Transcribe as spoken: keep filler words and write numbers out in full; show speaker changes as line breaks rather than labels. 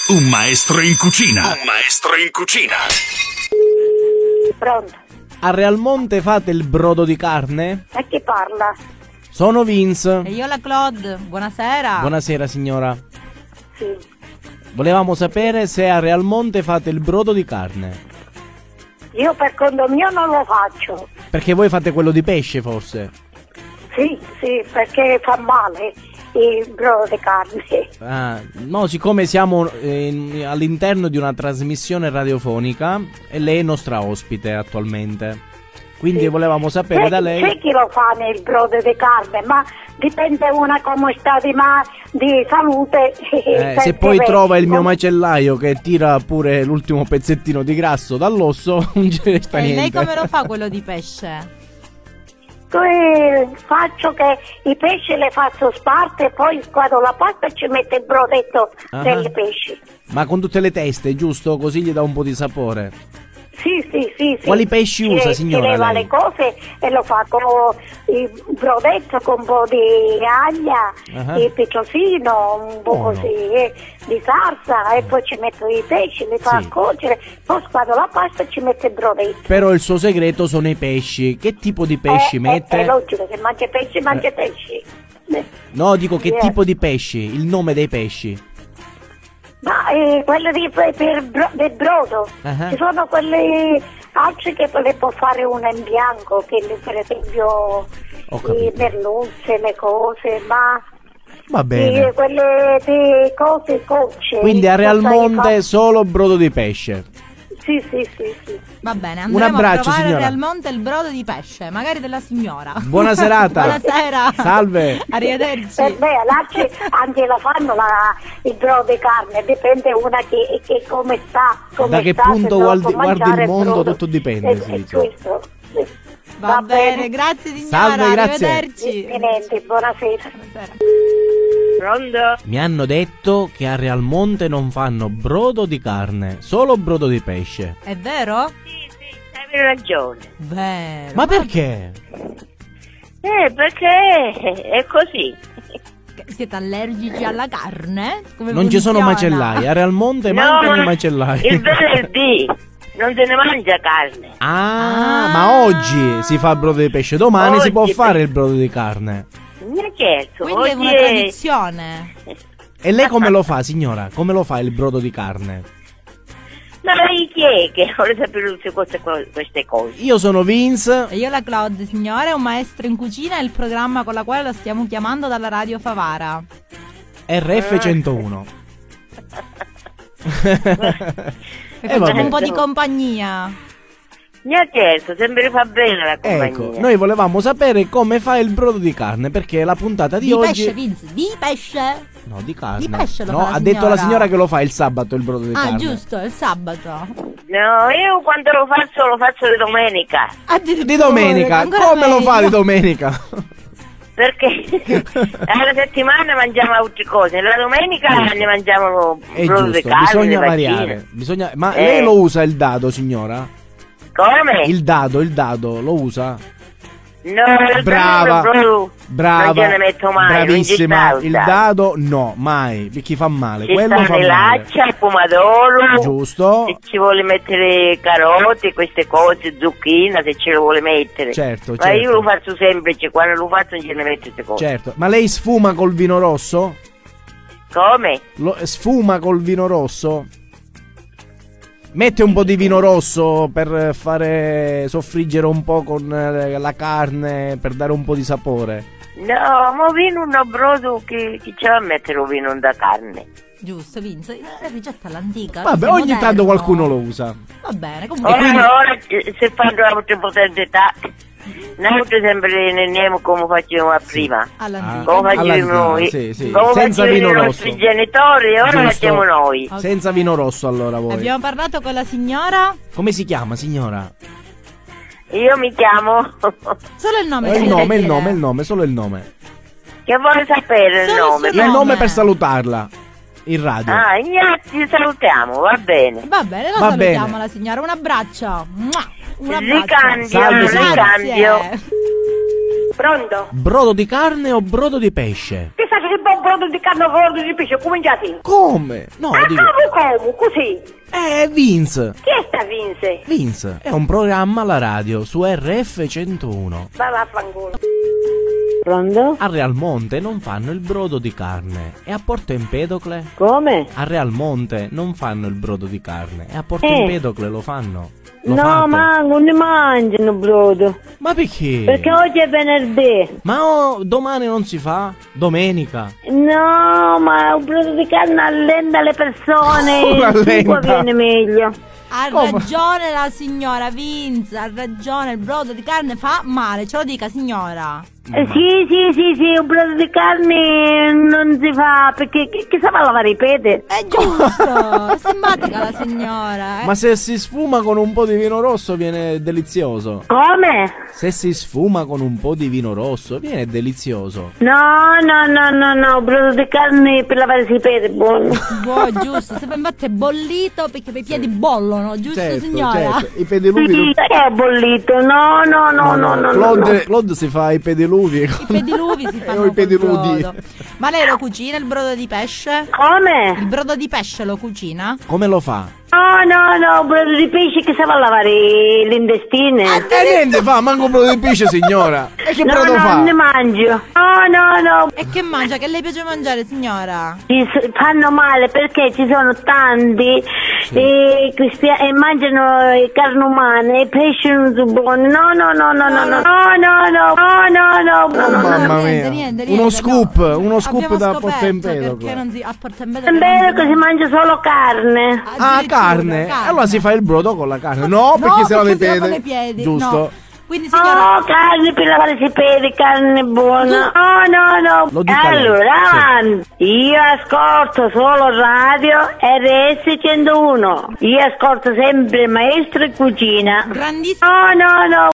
Un maestro in cucina. Un maestro in cucina.
Pronto?
A Realmonte fate il brodo di carne?
E chi parla?
Sono Vince.
E io la Claude, buonasera.
Buonasera signora.
Sì.
Volevamo sapere se a Realmonte fate il brodo di carne.
Io per conto mio non lo faccio.
Perché voi fate quello di pesce forse?
Sì, sì, perché fa male il brodo di carne.
Ah, no, siccome siamo eh, all'interno di una trasmissione radiofonica e lei è nostra ospite attualmente. Quindi
Sì.
volevamo sapere
C'è,
da lei.
c'è chi lo fa nel brodo di carne, ma dipende una come sta di, ma, di salute.
Eh, se poi
vedi.
trova il mio macellaio che tira pure l'ultimo pezzettino di grasso dall'osso, non ce ne sta
E
niente.
lei come lo fa quello di pesce?
Poi faccio che i pesci le faccio sparte e poi quando la pasta ci mette il brodetto
Ah.
del pesce.
Ma con tutte le teste, giusto? Così gli dà un po' di sapore.
Sì, sì, sì, sì.
Quali pesci
Ci-
usa, signora,
Ci leva
lei?
le cose e lo fa con il brodetto con un po' di aglia,
Ah.
il picciosino, un po'
Buono.
così, eh, di salsa e poi ci metto i pesci, li fa
Sì.
cuocere, poi quando la pasta ci mette il brodetto.
Però il suo segreto sono i pesci. Che tipo di pesci
Eh,
mette?
eh, È logico, se mangia pesci, mangia pesci. Eh.
No, dico che
Sì.
tipo di pesci, il nome dei pesci.
Ma eh, quello di, per, per bro- del brodo,
Ah.
ci sono quelli altri che le può fare una in bianco, che le- per esempio
Ho
i
capito.
merluzze, le cose, ma
Va
eh,
bene.
quelle di cose cocce.
Quindi a
cosa
Realmonte
fa-
solo brodo di pesce.
Sì, sì, sì, sì.
Va bene, andremo
abbraccio,
a provare
signora.
a Realmonte il brodo di pesce, magari della signora.
Buona serata.
Buonasera.
Salve.
Arrivederci.
Per me là c'è- anche la fanno la, il brodo di carne, dipende una che, che come sta, come
Da che
sta,
punto
se
guardi-
dopo
guardi
mangiare
il mondo,
brodo.
tutto dipende,
Eh,
si
è
dice.
questo, sì.
Va,
Va
bene,
bene.
grazie signora.
Salve, grazie.
Arrivederci.
Niente, buonasera.
Buonasera.
Pronto?
Mi hanno detto che a Realmonte non fanno brodo di carne, solo brodo di pesce.
È vero?
Sì, sì, hai ragione.
Vero.
Ma perché?
Eh, perché è così.
Siete allergici alla carne? Come
Non ci sono
funziona?
macellai, a Realmonte
No,
mancano i
ma
macellai.
il venerdì non se ne mangia carne.
Ah,
Ah.
ma oggi si fa il brodo di pesce, domani si
Oggi,
può fare
per-
il brodo di carne.
Ma certo,
Quindi
oggi
è una
è...
tradizione.
E lei come lo fa, signora? Come lo fa il brodo di carne?
Ma chi è che vuole sapere tutte queste, co- queste cose?
Io sono Vince.
E io la Claude, signore, un maestro in cucina, è il programma con la quale la stiamo chiamando dalla radio Favara.
R F centouno.
E
Eh,
facciamo
vabbè.
un po' di compagnia.
Ma certo, sempre fa bene la compagnia.
Ecco, noi volevamo sapere come fa il brodo di carne, perché la puntata di,
Di
oggi...
pesce, Vince, di pesce.
No, di carne.
Di pesce lo
no,
fa la
ha detto la
signora.
signora che lo fa il sabato il brodo di
Ah,
carne.
giusto, il sabato.
No, io quando lo faccio lo faccio di domenica.
Addirittura,
Di domenica,
ancora
come lo fa di
meglio.
domenica?
Perché alla settimana mangiamo altre cose, la domenica ne mangiamo
È
brodo di
giusto,
carne,
bisogna
di
variare.
vaccine.
Bisogna... Ma
Eh.
lei lo usa il dado, signora?
Come?
Il dado, il dado, lo usa?
No, il
Brava,
brodo
brava,
non ce ne metto mai,
bravissima.
non ci
Il
sta
dado no, mai, perché fa male.
Ci
Quello fa
sta
male.
l'accia, il pomodoro,
Giusto?
se ci vuole mettere carote, queste cose, zucchina, se ce lo vuole mettere.
Certo,
Ma
certo.
io lo faccio semplice, quando lo faccio non ce ne metto queste cose.
Certo, ma lei sfuma col vino rosso?
Come?
Lo, sfuma col vino rosso? Mette un po' di vino rosso per fare soffriggere un po' con eh, la carne, per dare un po' di sapore.
No, ma vino un brodo che, che c'è a mettere un vino da carne.
Giusto, Vince, la ricetta all'antica.
Vabbè,
sei
ogni
moderno.
tanto qualcuno lo usa.
Va bene, comunque.
Ora,
quindi-
ora eh, se fanno altre potentità, noi sempre ne andiamo come facevamo prima.
All'antica.
Come
All'antica,
facevamo noi,
sì, sì,
come
senza
facevano
vino
i nostri
rosso.
genitori, ora
Giusto.
facciamo noi.
Ok.
Senza vino rosso allora voi.
Abbiamo parlato con la signora.
Come si chiama, signora?
Io mi chiamo.
Solo il nome.
Eh, il
ci
nome,
deve
il
dire.
nome, il nome, solo il nome.
Che vuole sapere il
Solo il
nome?
suo
Il
nome.
nome per salutarla. In radio.
Ah, Ignazio, ci salutiamo, va bene.
Va bene, lo
Va
salutiamo
bene.
la signora. Un abbraccio. Mua. Un abbraccio.
Ricambio,
Salve, signora.
ricambio.
Grazie.
Pronto?
Brodo di carne o brodo di pesce?
Ti sa che do brodo di carne forte di pesce, cominciati.
Come? No,
Ah,
dico...
come, come? Così.
Eh, Vince.
Chi è sta Vince?
Vince è un programma alla radio su R F centouno.
Va vaffanculo.
Pronto?
A Realmonte non fanno il brodo di carne. E a Porto Empedocle?
Come?
A Realmonte non fanno il brodo di carne. E a Porto
Eh.
Empedocle lo fanno. Lo
No,
fate?
ma non ne mangiano brodo.
Ma perché?
Perché oggi è venerdì.
Ma oh, domani non si fa? Domenica?
No, ma un brodo di carne allenta le persone.
Come allenta?
Qua viene meglio.
Ha
Come?
ragione la signora Vince, ha ragione, il brodo di carne fa male, ce lo dica signora.
Eh, sì, sì, sì, sì, un brodo di carne non si fa perché chi, chi sa fa lavare i peti?
È giusto, è simpatica la signora. eh.
Ma se si sfuma con un po' di vino rosso viene delizioso.
Come?
Se si sfuma con un po' di vino rosso viene delizioso.
No, no, no, no, no, un brodo di carne per lavare i peti è buono.
Boh, giusto, sempre infatti è bollito perché i piedi bollono, giusto
Certo,
signora?
certo. I pediluvi...
Sì, è bollito, no, no, no, no, no, no,
Claude,
no.
Claude si fa i pediluvi.
I pediluvi si fanno
o i
col
pediludi.
brodo. Ma lei lo cucina il brodo di pesce? Il
Come?
brodo di pesce lo cucina?
Come lo fa?
No, no, no, un brodo di pesce che sa fa lavare le intestine.
E niente fa, manco un brodo di pesce signora. E che
No,
brodo
no,
fa?
non ne mangio. No, no, no.
E che mangia? Che le piace mangiare signora?
Ci s- fanno male perché ci sono tanti e, che spia- e mangiano eh, carne umana e pesce non sono buoni. No, no, no, no, no, no, no, no, no, no, no, no,
Oh,
no, no.
mamma
niente,
mia.
niente,
Uno
niente,
scoop,
no.
uno scoop
Abbiamo
da
scoperto
Porto Empedocle.
perché non si, a Porto
È
Empedocle
vero
non
che si mangia solo carne.
Ah,
Addirittura,
carne. Allora si fa il brodo con la carne. No,
No,
perché si lava i
perché si
piedi.
lavano i piedi,
Giusto.
no. Quindi signora,
Oh, carne per lavare i piedi, carne buona. No, no, no.
Lo dica lei.
Allora,
Sì.
avanti. Io ascolto solo radio R S centouno. Io ascolto sempre Maestro e Cucina.
grandissimo.
No, no, no.